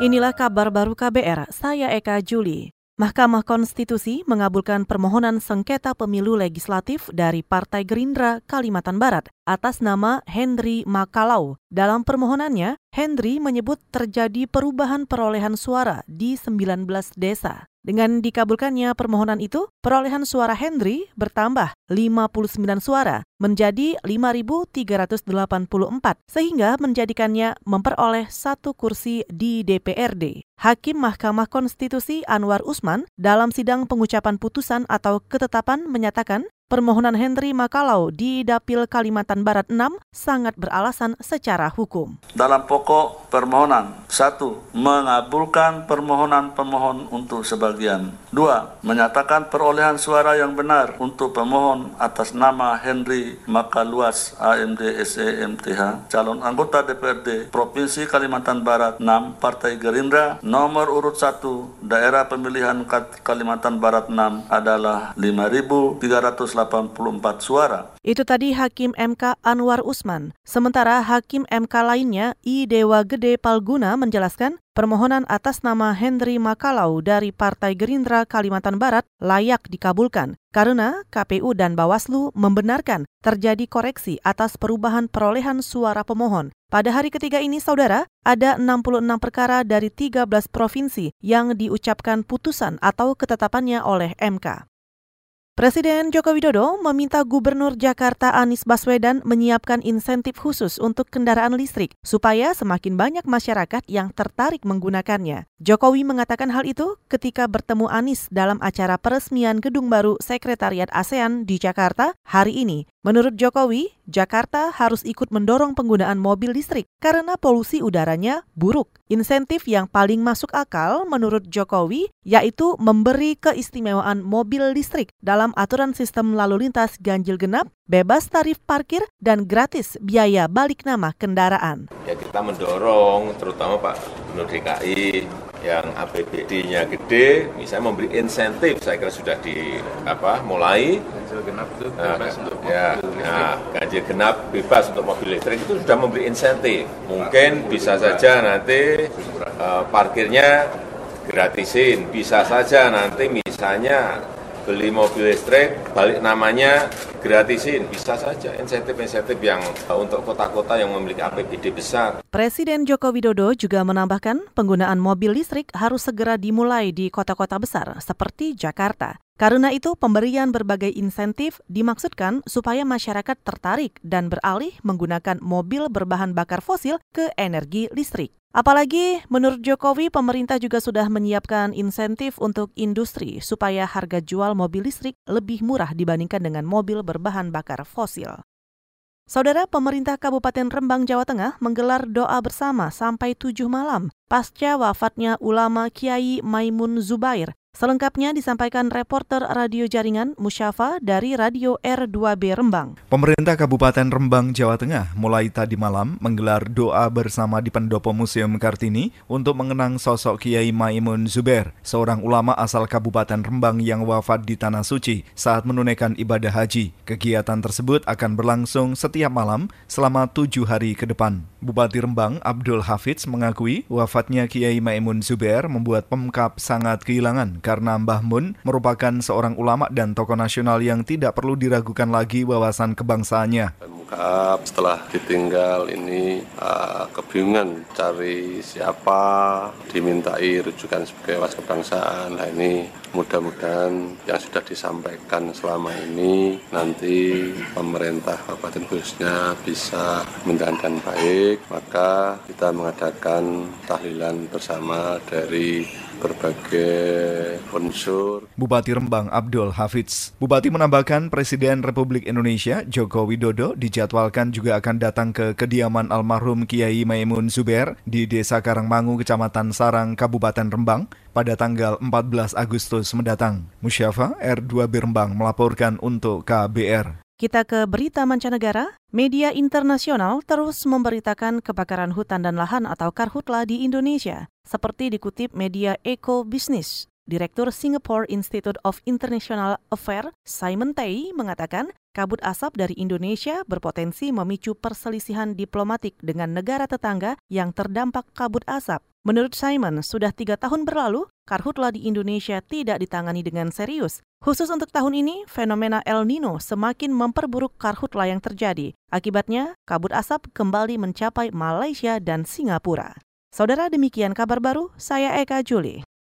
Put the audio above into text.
Inilah kabar baru KBR, saya Eka Juli. Mahkamah Konstitusi mengabulkan permohonan sengketa pemilu legislatif dari Partai Gerindra Kalimantan Barat atas nama Henry Makalau. Dalam permohonannya, Henry menyebut terjadi perubahan perolehan suara di 19 desa. Dengan dikabulkannya permohonan itu, perolehan suara Henry bertambah 59 suara menjadi 5.384 sehingga menjadikannya memperoleh 1 kursi di DPRD. Hakim Mahkamah Konstitusi Anwar Usman dalam sidang pengucapan putusan atau ketetapan menyatakan permohonan Henry Makalau di Dapil Kalimantan Barat 6 sangat beralasan secara hukum. Dalam pokok permohonan, 1. Mengabulkan permohonan pemohon untuk sebagian. 2. Menyatakan perolehan suara yang benar untuk pemohon atas nama Henry Makaluas AMD SE MTH, calon anggota DPRD Provinsi Kalimantan Barat 6, Partai Gerindra, nomor urut 1, daerah pemilihan Kalimantan Barat 6 adalah 5.384 suara. Itu tadi Hakim MK Anwar Usman. Sementara Hakim MK lainnya, I. Dewa Gede Palguna menjelaskan permohonan atas nama Henry Makalau dari Partai Gerindra Kalimantan Barat layak dikabulkan karena KPU dan Bawaslu membenarkan terjadi koreksi atas perubahan perolehan suara pemohon. Pada hari ketiga ini, saudara, ada 66 perkara dari 13 provinsi yang diucapkan putusan atau ketetapannya oleh MK. Presiden Joko Widodo meminta Gubernur Jakarta Anies Baswedan menyiapkan insentif khusus untuk kendaraan listrik supaya semakin banyak masyarakat yang tertarik menggunakannya. Jokowi mengatakan hal itu ketika bertemu Anies dalam acara peresmian gedung baru Sekretariat ASEAN di Jakarta hari ini. Menurut Jokowi, Jakarta harus ikut mendorong penggunaan mobil listrik karena polusi udaranya buruk. Insentif yang paling masuk akal menurut Jokowi yaitu memberi keistimewaan mobil listrik dalam aturan sistem lalu lintas ganjil genap, bebas tarif parkir, dan gratis biaya balik nama kendaraan. Ya kita mendorong terutama Pak Gubernur DKI yang APBD-nya gede, misalnya memberi insentif, saya kira sudah mulai. Ganjil genap itu bebas untuk ganjil genap bebas untuk mobil listrik itu sudah memberi insentif. Mungkin bisa saja nanti parkirnya gratisin, bisa saja nanti misalnya beli mobil listrik, balik namanya gratisin, bisa saja insentif-insentif yang untuk kota-kota yang memiliki APBD besar. Presiden Joko Widodo juga menambahkan penggunaan mobil listrik harus segera dimulai di kota-kota besar seperti Jakarta. Karena itu, pemberian berbagai insentif dimaksudkan supaya masyarakat tertarik dan beralih menggunakan mobil berbahan bakar fosil ke energi listrik. Apalagi, menurut Jokowi, pemerintah juga sudah menyiapkan insentif untuk industri supaya harga jual mobil listrik lebih murah dibandingkan dengan mobil berbahan bakar fosil. Saudara, pemerintah Kabupaten Rembang, Jawa Tengah menggelar doa bersama sampai 7 malam pasca wafatnya ulama Kiai Maimun Zubair. Selengkapnya disampaikan reporter radio jaringan Musyafa dari Radio R2B Rembang. Pemerintah Kabupaten Rembang, Jawa Tengah mulai tadi malam menggelar doa bersama di Pendopo Museum Kartini untuk mengenang sosok Kiai Maimun Zubair, seorang ulama asal Kabupaten Rembang yang wafat di Tanah Suci saat menunaikan ibadah haji. Kegiatan tersebut akan berlangsung setiap malam selama 7 hari ke depan. Bupati Rembang Abdul Hafidz mengakui wafatnya Kiai Maimun Zubair membuat Pemkab sangat kehilangan karena Mbah Mun merupakan seorang ulama dan tokoh nasional yang tidak perlu diragukan lagi wawasan kebangsaannya. Pemkab setelah ditinggal ini kebingungan cari siapa, dimintai rujukan sebagai wawasan kebangsaan. Nah ini mudah-mudahan yang sudah disampaikan selama ini nanti pemerintah kabupaten khususnya bisa menjalankan baik, maka kita mengadakan tahlilan bersama dari berbagai unsur. Bupati Rembang Abdul Hafidz. Bupati menambahkan Presiden Republik Indonesia Joko Widodo dijadwalkan juga akan datang ke kediaman almarhum Kiai Maimun Zubair di Desa Karangmangu, Kecamatan Sarang, Kabupaten Rembang pada tanggal 14 Agustus mendatang. Musyafa R2B Rembang melaporkan untuk KBR. Kita ke berita mancanegara. Media internasional terus memberitakan kebakaran hutan dan lahan atau karhutla di Indonesia. Seperti dikutip media Eco Business, Direktur Singapore Institute of International Affairs Simon Tay mengatakan kabut asap dari Indonesia berpotensi memicu perselisihan diplomatik dengan negara tetangga yang terdampak kabut asap. Menurut Simon, sudah 3 tahun berlalu, karhutla di Indonesia tidak ditangani dengan serius. Khusus untuk tahun ini, fenomena El Nino semakin memperburuk karhutla yang terjadi. Akibatnya, kabut asap kembali mencapai Malaysia dan Singapura. Saudara, demikian kabar baru, saya Eka Juli.